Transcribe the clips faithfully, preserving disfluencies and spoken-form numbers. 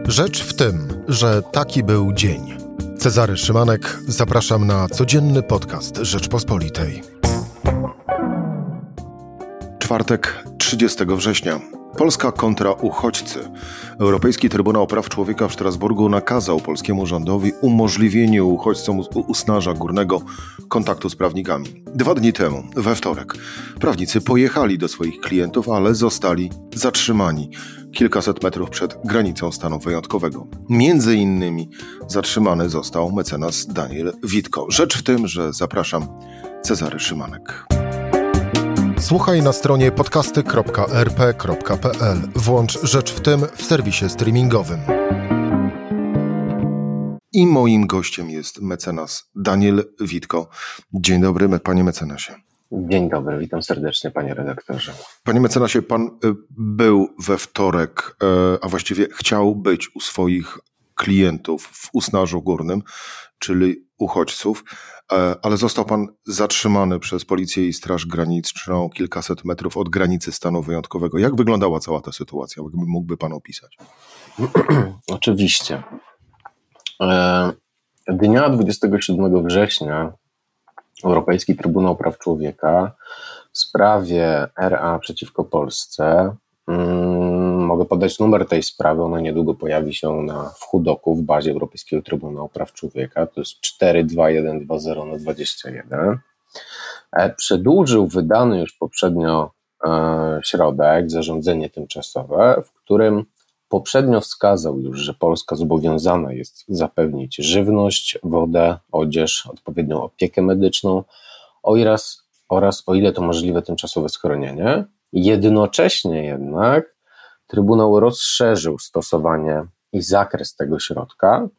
Rzecz w tym, że taki był dzień. Cezary Szymanek, zapraszam na codzienny podcast Rzeczpospolitej. Czwartek, trzydziestego września. Polska kontra uchodźcy. Europejski Trybunał Praw Człowieka w Strasburgu nakazał polskiemu rządowi umożliwienie uchodźcom z Usnarza Górnego kontaktu z prawnikami. Dwa dni temu, we wtorek, prawnicy pojechali do swoich klientów, ale zostali zatrzymani kilkaset metrów przed granicą stanu wyjątkowego. Między innymi zatrzymany został mecenas Daniel Witko. Rzecz w tym, że zapraszam, Cezary Szymanek. Słuchaj na stronie podcasty kropka er pe kropka pe el. Włącz Rzecz w tym w serwisie streamingowym. I moim gościem jest mecenas Daniel Witko. Dzień dobry, panie mecenasie. Dzień dobry, witam serdecznie, panie redaktorze. Panie mecenasie, pan był we wtorek, a właściwie chciał być u swoich klientów w Usnarzu Górnym, czyli uchodźców, ale został pan zatrzymany przez policję i Straż Graniczną kilkaset metrów od granicy stanu wyjątkowego. Jak wyglądała cała ta sytuacja? Mógłby pan opisać? Oczywiście. Dnia dwudziestego siódmego września Europejski Trybunał Praw Człowieka w sprawie er a przeciwko Polsce, hmm, mogę podać numer tej sprawy, ona niedługo pojawi się na, w Hudoku, w bazie Europejskiego Trybunału Praw Człowieka, to jest cztery dwa jeden dwa zero na dwadzieścia jeden, przedłużył wydany już poprzednio e, środek, zarządzenie tymczasowe, w którym poprzednio wskazał już, że Polska zobowiązana jest zapewnić żywność, wodę, odzież, odpowiednią opiekę medyczną oraz, oraz o ile to możliwe tymczasowe schronienie. Jednocześnie jednak Trybunał rozszerzył stosowanie i zakres tego środka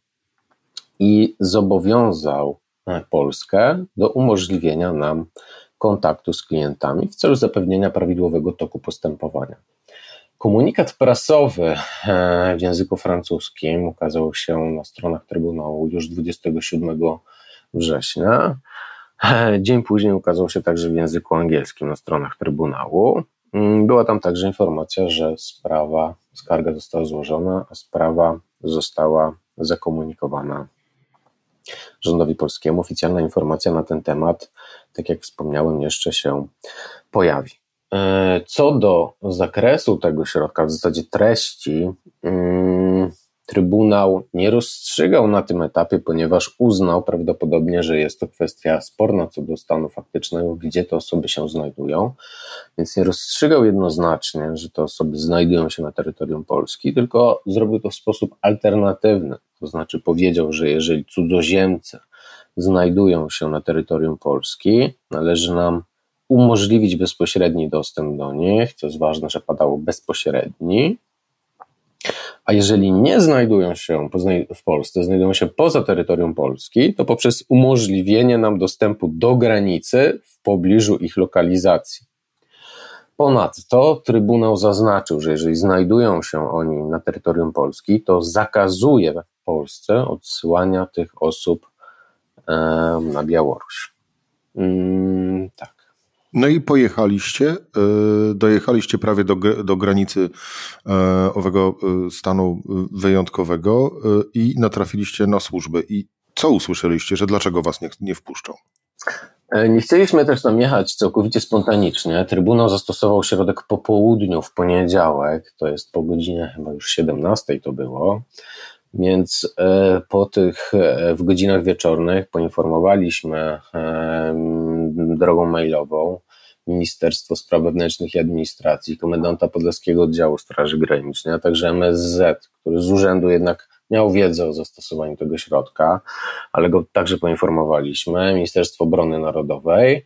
i zobowiązał Polskę do umożliwienia nam kontaktu z klientami w celu zapewnienia prawidłowego toku postępowania. Komunikat prasowy w języku francuskim ukazał się na stronach Trybunału już dwudziestego siódmego września. Dzień później ukazał się także w języku angielskim na stronach Trybunału. Była tam także informacja, że sprawa, skarga została złożona, a sprawa została zakomunikowana rządowi polskiemu. Oficjalna informacja na ten temat, tak jak wspomniałem, jeszcze się pojawi. Co do zakresu tego środka, w zasadzie treści, hmm, Trybunał nie rozstrzygał na tym etapie, ponieważ uznał prawdopodobnie, że jest to kwestia sporna co do stanu faktycznego, gdzie te osoby się znajdują, więc nie rozstrzygał jednoznacznie, że te osoby znajdują się na terytorium Polski, tylko zrobił to w sposób alternatywny, to znaczy powiedział, że jeżeli cudzoziemcy znajdują się na terytorium Polski, należy nam umożliwić bezpośredni dostęp do nich, co jest ważne, że padało bezpośredni, a jeżeli nie znajdują się w Polsce, znajdują się poza terytorium Polski, to poprzez umożliwienie nam dostępu do granicy w pobliżu ich lokalizacji. Ponadto Trybunał zaznaczył, że jeżeli znajdują się oni na terytorium Polski, to zakazuje Polsce odsyłania tych osób e, na Białoruś. Mm, tak. No i pojechaliście, dojechaliście prawie do, do granicy owego stanu wyjątkowego i natrafiliście na służby. I co usłyszeliście, że dlaczego was nie, nie wpuszczą? Nie chcieliśmy też tam jechać całkowicie spontanicznie. Trybunał zastosował środek po południu w poniedziałek, to jest po godzinie chyba już siedemnastej to było, więc po tych w godzinach wieczornych poinformowaliśmy drogą mailową Ministerstwo Spraw Wewnętrznych i Administracji, komendanta Podlaskiego Oddziału Straży Granicznej, a także em es zet, który z urzędu jednak miał wiedzę o zastosowaniu tego środka, ale go także poinformowaliśmy, Ministerstwo Obrony Narodowej,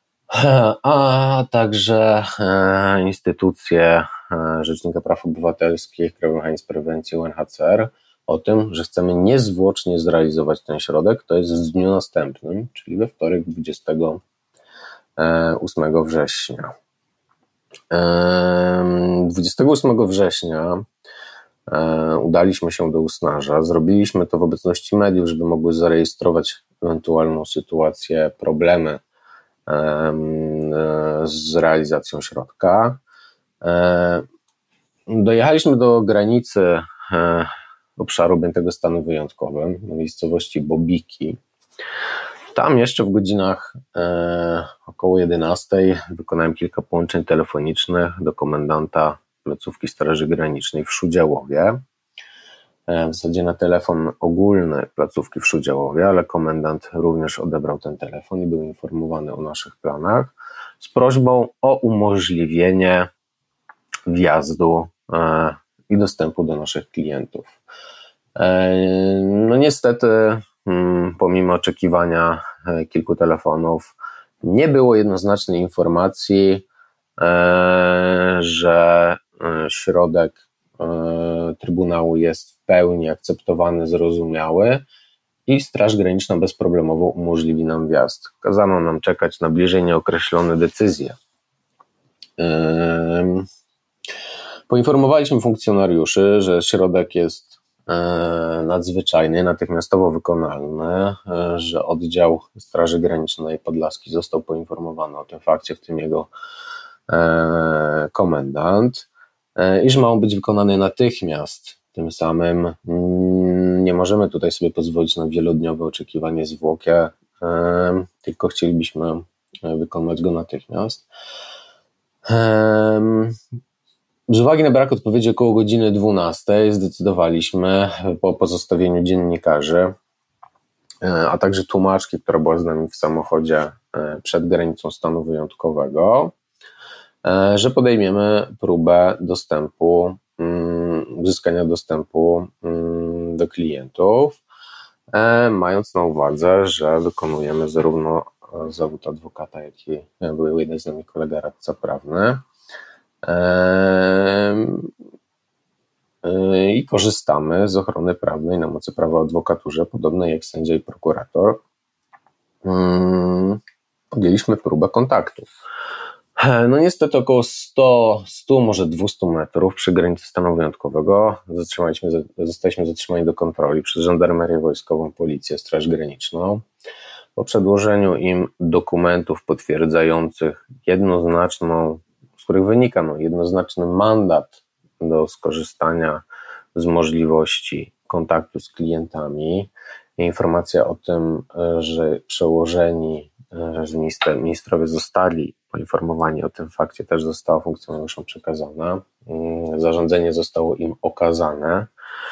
a także instytucje Rzecznika Praw Obywatelskich, Krajowy Mechanizm Prewencji U N H C R o tym, że chcemy niezwłocznie zrealizować ten środek, to jest w dniu następnym, czyli we wtorek dwudziestego ósmego września. dwudziestego ósmego września udaliśmy się do Usnarza, zrobiliśmy to w obecności mediów, żeby mogły zarejestrować ewentualną sytuację, problemy z realizacją środka. Dojechaliśmy do granicy obszaru objętego stanem wyjątkowym, na miejscowości Bobiki. Tam jeszcze w godzinach e, około jedenastej wykonałem kilka połączeń telefonicznych do komendanta placówki Straży Granicznej w Szudziałowie. E, w zasadzie na telefon ogólny placówki w Szudziałowie, ale komendant również odebrał ten telefon i był informowany o naszych planach z prośbą o umożliwienie wjazdu e, i dostępu do naszych klientów. E, no niestety, mm, pomimo oczekiwania e, kilku telefonów, nie było jednoznacznej informacji, e, że e, środek e, Trybunału jest w pełni akceptowany, zrozumiały i Straż Graniczna bezproblemowo umożliwi nam wjazd. Kazano nam czekać na bliżej nieokreślone decyzje. E, Poinformowaliśmy funkcjonariuszy, że środek jest e, nadzwyczajny, natychmiastowo wykonalny, e, że oddział Straży Granicznej Podlaski został poinformowany o tym fakcie, w tym jego e, komendant, e, i że ma on być wykonany natychmiast. Tym samym mm, nie możemy tutaj sobie pozwolić na wielodniowe oczekiwanie zwłokie, e, tylko chcielibyśmy wykonać go natychmiast. E, Z uwagi na brak odpowiedzi około godziny dwunastej zdecydowaliśmy po pozostawieniu dziennikarzy, a także tłumaczki, która była z nami w samochodzie przed granicą stanu wyjątkowego, że podejmiemy próbę dostępu, uzyskania dostępu do klientów, mając na uwadze, że wykonujemy zarówno zawód adwokata, jak i był jeden z nami kolega radca prawny. I korzystamy z ochrony prawnej na mocy prawa o adwokaturze, podobnej jak sędzia i prokurator. Podjęliśmy próbę kontaktu. No niestety około sto, sto, może dwieście metrów przy granicy stanu wyjątkowego zatrzymaliśmy, zostaliśmy zatrzymani do kontroli przez żandarmerię wojskową, policję, Straż Graniczną. Po przedłożeniu im dokumentów potwierdzających jednoznaczną, z których wynika no, jednoznaczny mandat do skorzystania z możliwości kontaktu z klientami, informacja o tym, że przełożeni, że minister, ministrowie zostali poinformowani o tym fakcie, też została funkcjonariuszom przekazana. Zarządzenie zostało im okazane.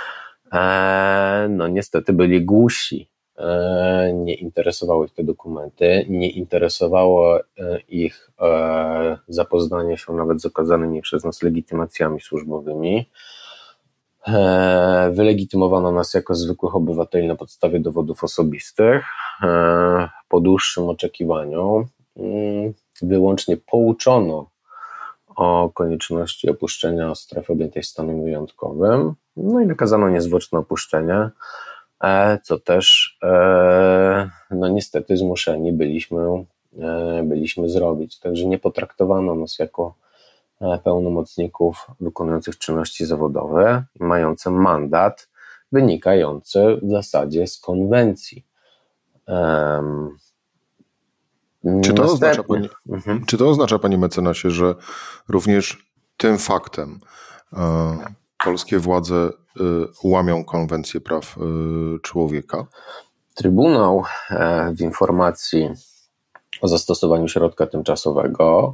No niestety byli głusi. Nie interesowały ich te dokumenty, nie interesowało ich zapoznanie się nawet z okazanymi przez nas legitymacjami służbowymi. Wylegitymowano nas jako zwykłych obywateli na podstawie dowodów osobistych. Po dłuższym oczekiwaniu wyłącznie pouczono o konieczności opuszczenia strefy objętej stanem wyjątkowym, no i nakazano niezwłoczne opuszczenie, co też no niestety zmuszeni byliśmy, byliśmy zrobić. Także nie potraktowano nas jako pełnomocników wykonujących czynności zawodowe, mających mandat wynikający w zasadzie z konwencji. Um, Czy to, oznacza, panie, mhm. czy to oznacza, panie mecenasie, że również tym faktem e, polskie władze e, łamią konwencję praw e, człowieka? Trybunał e, w informacji o zastosowaniu środka tymczasowego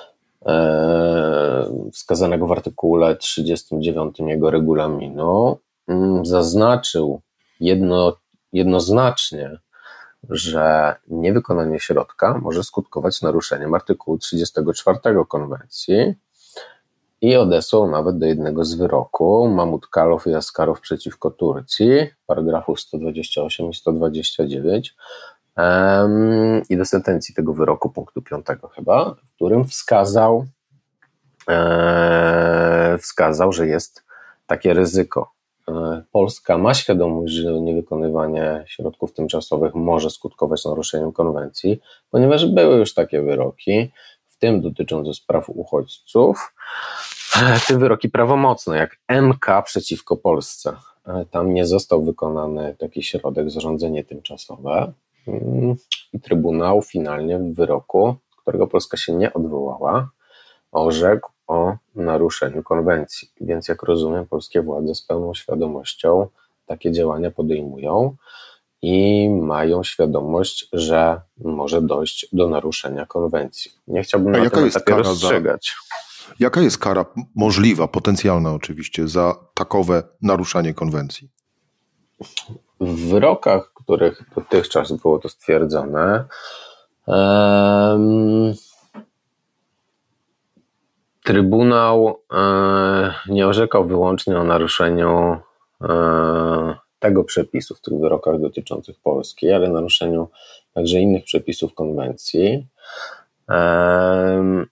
e, wskazanego w artykule trzydziestym dziewiątym jego regulaminu m, zaznaczył jedno, jednoznacznie, że niewykonanie środka może skutkować naruszeniem artykułu trzydziestego czwartego konwencji i odesłał nawet do jednego z wyroku Mamutkalow i Askarow przeciwko Turcji, paragrafów sto dwadzieścia osiem i sto dwadzieścia dziewięć um, i do sentencji tego wyroku punktu piątego chyba, w którym wskazał, e, wskazał, że jest takie ryzyko. Polska ma świadomość, że niewykonywanie środków tymczasowych może skutkować naruszeniem konwencji, ponieważ były już takie wyroki, w tym dotyczące spraw uchodźców, te wyroki prawomocne, jak M K przeciwko Polsce. Tam nie został wykonany taki środek, zarządzenie tymczasowe i Trybunał finalnie w wyroku, którego Polska się nie odwołała, orzekł o naruszeniu konwencji. Więc jak rozumiem, polskie władze z pełną świadomością takie działania podejmują i mają świadomość, że może dojść do naruszenia konwencji. Nie chciałbym na tym etapie rozstrzygać. Za, jaka jest kara możliwa, potencjalna oczywiście, za takowe naruszanie konwencji? W wyrokach, w których dotychczas było to stwierdzone, um, Trybunał e, nie orzekał wyłącznie o naruszeniu e, tego przepisu w tych wyrokach dotyczących Polski, ale naruszeniu także innych przepisów konwencji. E,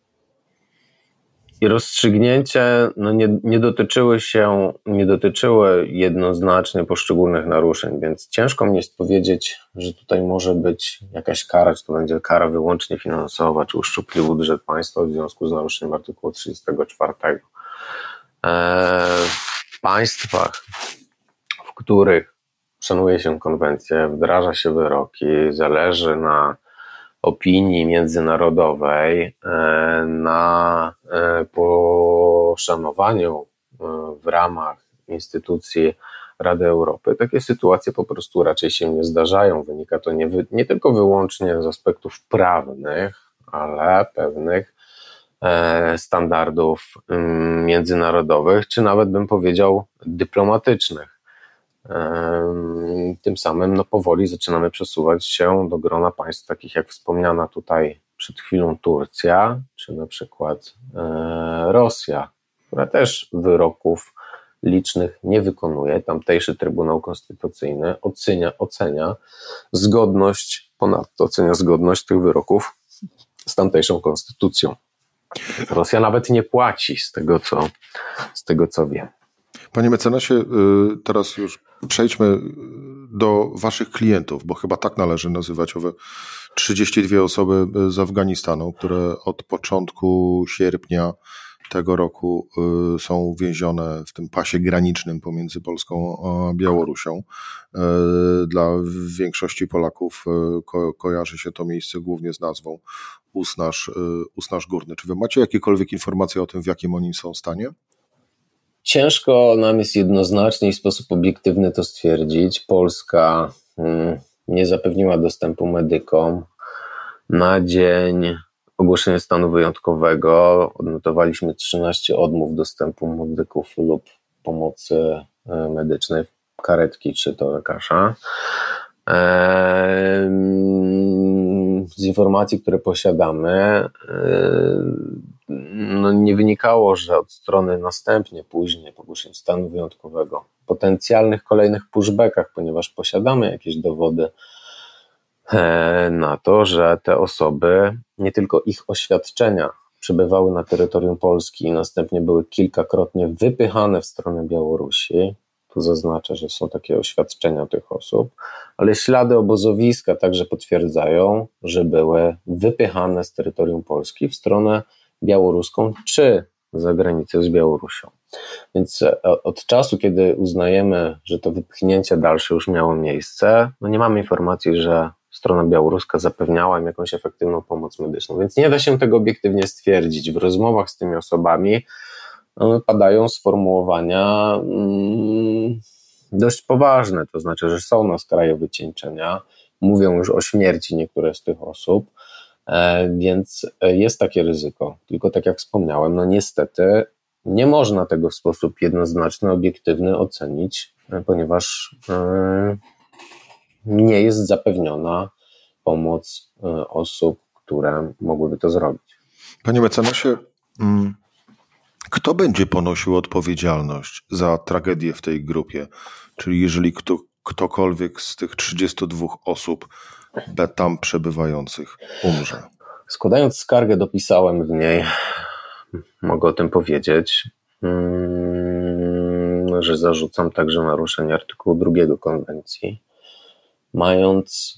I rozstrzygnięcie no nie, nie dotyczyły się, nie dotyczyły jednoznacznie poszczególnych naruszeń, więc ciężko mi jest powiedzieć, że tutaj może być jakaś kara, czy to będzie kara wyłącznie finansowa, czy uszczupli budżet państwa w związku z naruszeniem artykułu trzydziestego czwartego. W państwach, w których szanuje się konwencję, wdraża się wyroki, zależy na opinii międzynarodowej, na poszanowaniu w ramach instytucji Rady Europy, takie sytuacje po prostu raczej się nie zdarzają. Wynika to nie, wy, nie tylko wyłącznie z aspektów prawnych, ale pewnych standardów międzynarodowych, czy nawet bym powiedział dyplomatycznych. Tym samym no, powoli zaczynamy przesuwać się do grona państw takich jak wspomniana tutaj przed chwilą Turcja, czy na przykład Rosja, która też wyroków licznych nie wykonuje. Tamtejszy Trybunał Konstytucyjny ocenia, ocenia zgodność, ponadto ocenia zgodność tych wyroków z tamtejszą konstytucją. Rosja nawet nie płaci z tego, co, z tego, co wiem. Panie mecenasie, teraz już przejdźmy do waszych klientów, bo chyba tak należy nazywać owe trzydzieści dwie osoby z Afganistanu, które od początku sierpnia tego roku są uwięzione w tym pasie granicznym pomiędzy Polską a Białorusią. Dla większości Polaków ko- kojarzy się to miejsce głównie z nazwą Usnaż, Usnaż Górny. Czy wy macie jakiekolwiek informacje o tym, w jakim oni są stanie? Ciężko nam jest jednoznacznie i w sposób obiektywny to stwierdzić. Polska hmm, nie zapewniła dostępu medykom. Na dzień ogłoszenia stanu wyjątkowego odnotowaliśmy trzynaście odmów dostępu medyków lub pomocy medycznej, karetki czy to lekarza. Z informacji, które posiadamy, no nie wynikało, że od strony następnie, później po ogłoszeniu stanu wyjątkowego, potencjalnych kolejnych pushbackach, ponieważ posiadamy jakieś dowody na to, że te osoby, nie tylko ich oświadczenia przebywały na terytorium Polski i następnie były kilkakrotnie wypychane w stronę Białorusi. Tu zaznaczę, że są takie oświadczenia tych osób, ale ślady obozowiska także potwierdzają, że były wypychane z terytorium Polski w stronę białoruską czy za granicę z Białorusią. Więc od czasu, kiedy uznajemy, że to wypchnięcie dalsze już miało miejsce, no nie mamy informacji, że strona białoruska zapewniała im jakąś efektywną pomoc medyczną, więc nie da się tego obiektywnie stwierdzić. W rozmowach z tymi osobami padają sformułowania mm, dość poważne, to znaczy, że są na skraju wycieńczenia, mówią już o śmierci niektóre z tych osób, e, więc jest takie ryzyko. Tylko tak jak wspomniałem, no niestety nie można tego w sposób jednoznaczny, obiektywny ocenić, ponieważ e, nie jest zapewniona pomoc e, osób, które mogłyby to zrobić. Panie mecenasie, mm. kto będzie ponosił odpowiedzialność za tragedię w tej grupie? Czyli jeżeli kto, ktokolwiek z tych trzydziestu dwóch osób tam przebywających umrze? Składając skargę, dopisałem w niej, mogę o tym powiedzieć, że zarzucam także naruszenie artykułu drugiego konwencji, mając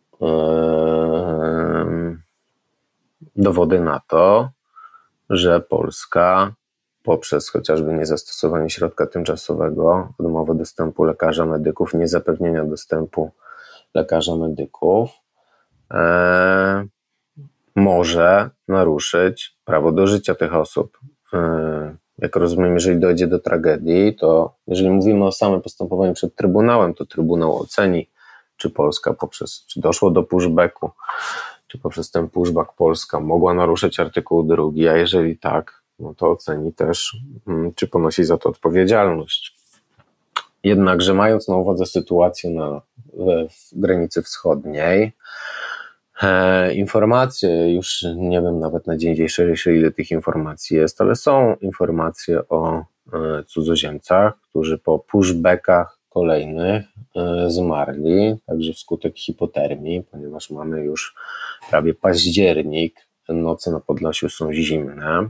dowody na to, że Polska poprzez chociażby niezastosowanie środka tymczasowego, odmowę dostępu lekarza medyków, niezapewnienia dostępu lekarza medyków, e, może naruszyć prawo do życia tych osób. jak rozumiem, jeżeli dojdzie do tragedii, to jeżeli mówimy o samym postępowaniu przed Trybunałem, to Trybunał oceni, czy Polska poprzez, czy doszło do pushbacku, czy poprzez ten pushback Polska mogła naruszyć artykuł drugi, a jeżeli tak, no to oceni też, czy ponosi za to odpowiedzialność. Jednakże mając na uwadze sytuację na w granicy wschodniej, e, informacje, już nie wiem nawet na dzień dzisiejszy ile tych informacji jest, ale są informacje o e, cudzoziemcach, którzy po pushbackach kolejnych e, zmarli, także wskutek hipotermii, ponieważ mamy już prawie październik, noce na Podlasiu są zimne.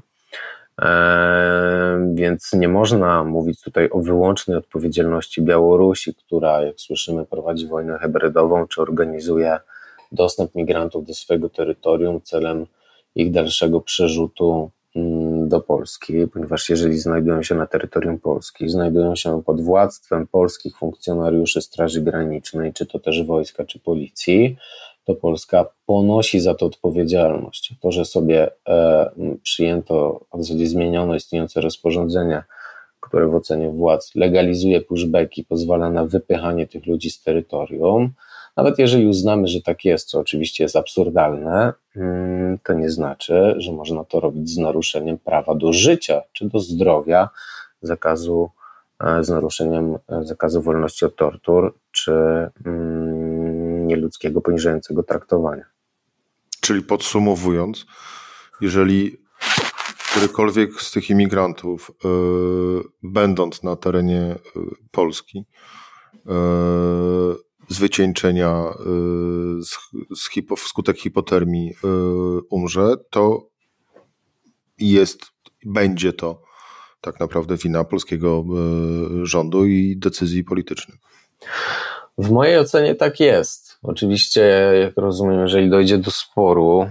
Eee, więc nie można mówić tutaj o wyłącznej odpowiedzialności Białorusi, która, jak słyszymy, prowadzi wojnę hybrydową, czy organizuje dostęp migrantów do swojego terytorium celem ich dalszego przerzutu mm, do Polski, ponieważ jeżeli znajdują się na terytorium Polski, znajdują się pod władztwem polskich funkcjonariuszy Straży Granicznej, czy to też wojska, czy policji, to Polska ponosi za to odpowiedzialność. To, że sobie e, przyjęto, a w zasadzie zmieniono istniejące rozporządzenie, które w ocenie władz legalizuje pushbacki, pozwala na wypychanie tych ludzi z terytorium, nawet jeżeli uznamy, że tak jest, co oczywiście jest absurdalne, mm, to nie znaczy, że można to robić z naruszeniem prawa do życia, czy do zdrowia, zakazu, e, z naruszeniem e, zakazu wolności od tortur, czy mm, nieludzkiego, poniżającego traktowania. Czyli podsumowując, jeżeli którykolwiek z tych imigrantów, yy, będąc na terenie yy, Polski, yy, z wycieńczenia, yy, z, z hipo, wskutek hipotermii yy, umrze, to jest, będzie to tak naprawdę wina polskiego yy, rządu i decyzji politycznych. W mojej ocenie tak jest. Oczywiście, jak rozumiem, jeżeli dojdzie do sporu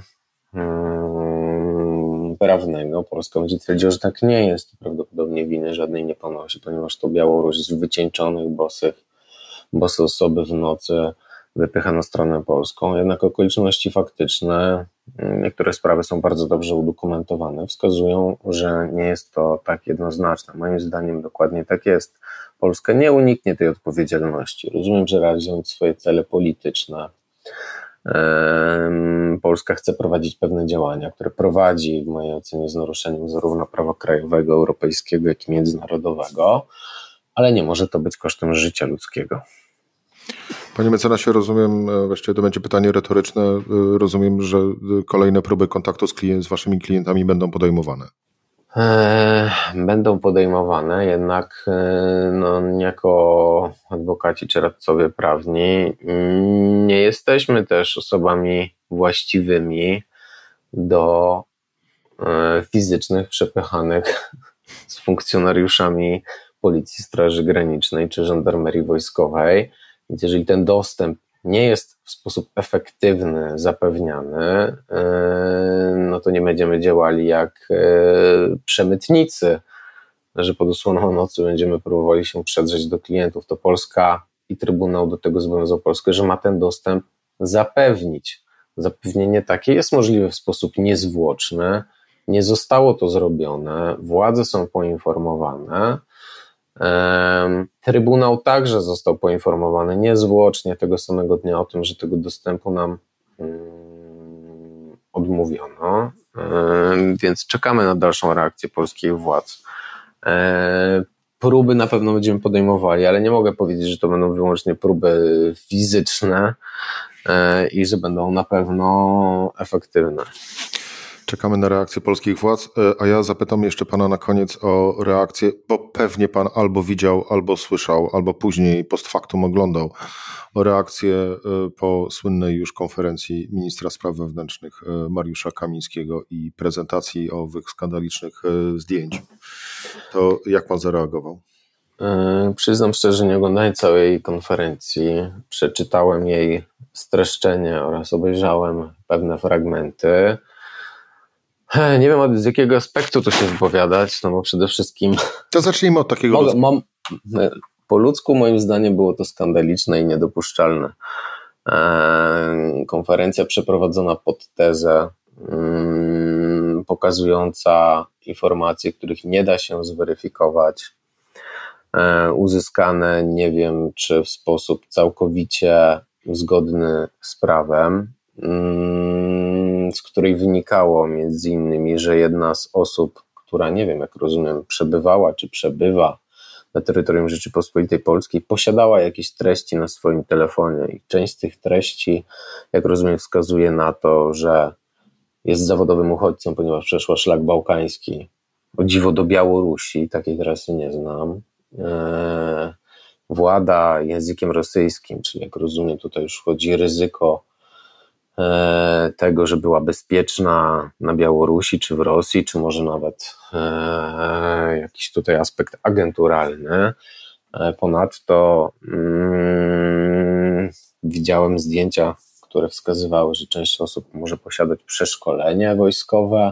hmm, prawnego, Polska będzie twierdziła, że tak nie jest. Prawdopodobnie winy żadnej nie ponosi, ponieważ to Białoruś z wycieńczonych, bosych, bose osoby w nocy wypycha na stronę polską. Jednak okoliczności faktyczne, niektóre sprawy są bardzo dobrze udokumentowane, wskazują, że nie jest to tak jednoznaczne. Moim zdaniem dokładnie tak jest. Polska nie uniknie tej odpowiedzialności. Rozumiem, że realizując swoje cele polityczne, Polska chce prowadzić pewne działania, które prowadzi w mojej ocenie z naruszeniem zarówno prawa krajowego, europejskiego, jak i międzynarodowego, ale nie może to być kosztem życia ludzkiego. Panie mecenasie, rozumiem, właściwie to będzie pytanie retoryczne, rozumiem, że kolejne próby kontaktu z, klient, z waszymi klientami będą podejmowane. Będą podejmowane, jednak no, jako adwokaci czy radcowie prawni nie jesteśmy też osobami właściwymi do fizycznych przepychanych z funkcjonariuszami Policji, Straży Granicznej czy Żandarmerii Wojskowej. Więc jeżeli ten dostęp nie jest w sposób efektywny zapewniany, no to nie będziemy działali jak przemytnicy, że pod osłoną nocy będziemy próbowali się przedrzeć do klientów. To Polska i Trybunał do tego zobowiązał Polskę, że ma ten dostęp zapewnić. Zapewnienie takie jest możliwe w sposób niezwłoczny. Nie zostało to zrobione, władze są poinformowane. Trybunał także został poinformowany niezwłocznie tego samego dnia o tym, że tego dostępu nam odmówiono, więc czekamy na dalszą reakcję polskich władz. Próby na pewno będziemy podejmowali, ale nie mogę powiedzieć, że to będą wyłącznie próby fizyczne i że będą na pewno efektywne. Czekamy na reakcję polskich władz, a ja zapytam jeszcze pana na koniec o reakcję, bo pewnie pan albo widział, albo słyszał, albo później post factum oglądał, o reakcję po słynnej już konferencji ministra spraw wewnętrznych Mariusza Kamińskiego i prezentacji owych skandalicznych zdjęć. To jak pan zareagował? Yy, przyznam szczerze, że nie oglądałem całej konferencji. Przeczytałem jej streszczenie oraz obejrzałem pewne fragmenty. Nie wiem, z jakiego aspektu to się wypowiadać, no bo przede wszystkim... To zacznijmy od takiego... Mogę, mam, po ludzku moim zdaniem było to skandaliczne i niedopuszczalne. Konferencja przeprowadzona pod tezę pokazująca informacje, których nie da się zweryfikować, uzyskane nie wiem, czy w sposób całkowicie zgodny z prawem, z której wynikało między innymi, że jedna z osób, która nie wiem, jak rozumiem, przebywała czy przebywa na terytorium Rzeczypospolitej Polskiej, posiadała jakieś treści na swoim telefonie i część z tych treści, jak rozumiem, wskazuje na to, że jest zawodowym uchodźcą, ponieważ przeszła szlak bałkański, o dziwo do Białorusi, takiej trasy nie znam, eee, włada językiem rosyjskim, czyli jak rozumiem, tutaj już wchodzi ryzyko e, tego, że była bezpieczna na Białorusi, czy w Rosji, czy może nawet e, jakiś tutaj aspekt agenturalny. E, ponadto mm, widziałem zdjęcia, które wskazywały, że część osób może posiadać przeszkolenie wojskowe.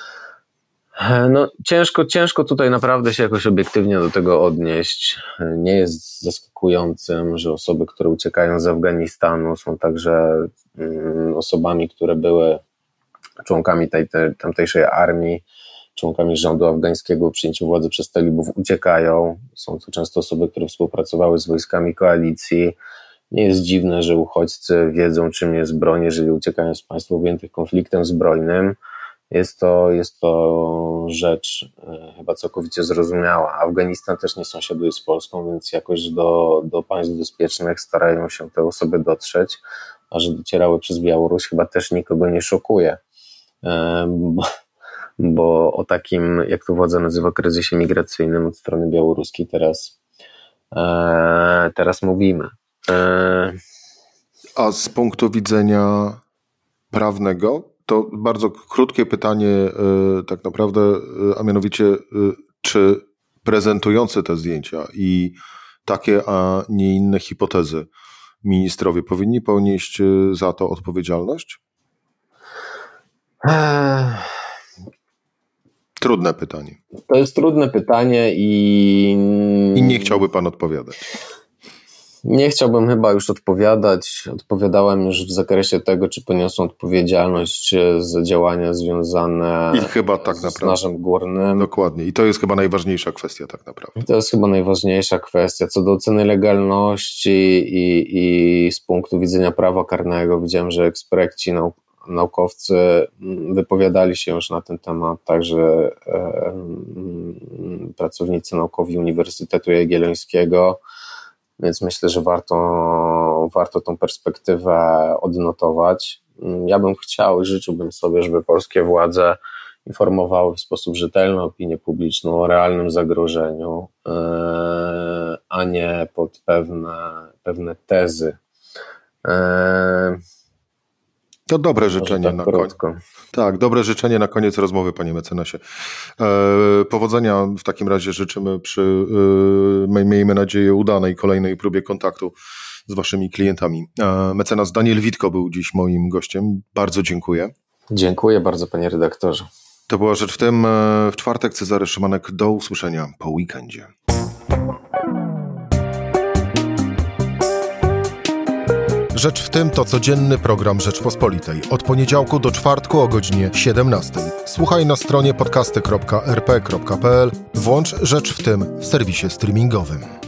No ciężko, ciężko tutaj naprawdę się jakoś obiektywnie do tego odnieść. Nie jest zaskakującym, że osoby, które uciekają z Afganistanu, są także osobami, które były członkami tej, tej, tamtejszej armii, członkami rządu afgańskiego, przyjęciu władzy przez talibów, uciekają. Są to często osoby, które współpracowały z wojskami koalicji. Nie jest dziwne, że uchodźcy wiedzą, czym jest broń, jeżeli uciekają z państw objętych konfliktem zbrojnym. Jest to, jest to rzecz e, chyba całkowicie zrozumiała. Afganistan też nie sąsiaduje z Polską, więc jakoś do, do państw bezpiecznych starają się te osoby dotrzeć, a że docierały przez Białoruś, chyba też nikogo nie szokuje. E, bo, bo o takim, jak to władza nazywa, kryzysie migracyjnym od strony białoruskiej teraz, e, teraz mówimy. E, A z punktu widzenia prawnego, to bardzo krótkie pytanie tak naprawdę, a mianowicie, czy prezentujący te zdjęcia i takie, a nie inne hipotezy ministrowie powinni ponieść za to odpowiedzialność? Trudne pytanie. To jest trudne pytanie i... I nie chciałby pan odpowiadać. Nie chciałbym chyba już odpowiadać. Odpowiadałem już w zakresie tego, czy poniosą odpowiedzialność za działania związane I chyba tak z naprawdę. Usnażem Górnym. Dokładnie. I to jest chyba najważniejsza kwestia tak naprawdę. To jest chyba najważniejsza kwestia. Co do oceny legalności i, i z punktu widzenia prawa karnego, widziałem, że eksperci, nau, naukowcy wypowiadali się już na ten temat, także e, pracownicy naukowi Uniwersytetu Jagiellońskiego. Więc myślę, że warto, warto tą perspektywę odnotować. Ja bym chciał i życzyłbym sobie, żeby polskie władze informowały w sposób rzetelny opinię publiczną o realnym zagrożeniu, a nie pod pewne, pewne tezy. To dobre życzenie tak na koniec. Tak, dobre życzenie na koniec rozmowy, panie mecenasie. E, powodzenia w takim razie życzymy przy, e, miejmy nadzieję, udanej kolejnej próbie kontaktu z waszymi klientami. E, mecenas Daniel Witko był dziś moim gościem. Bardzo dziękuję. Dziękuję bardzo, panie redaktorze. To była Rzecz w tym. W czwartek Cezary Szymanek. Do usłyszenia po weekendzie. Rzecz w tym to codzienny program Rzeczpospolitej. Od poniedziałku do czwartku o godzinie siedemnastej. Słuchaj na stronie podcasty kropka er pe kropka pe el. Włącz Rzecz w tym w serwisie streamingowym.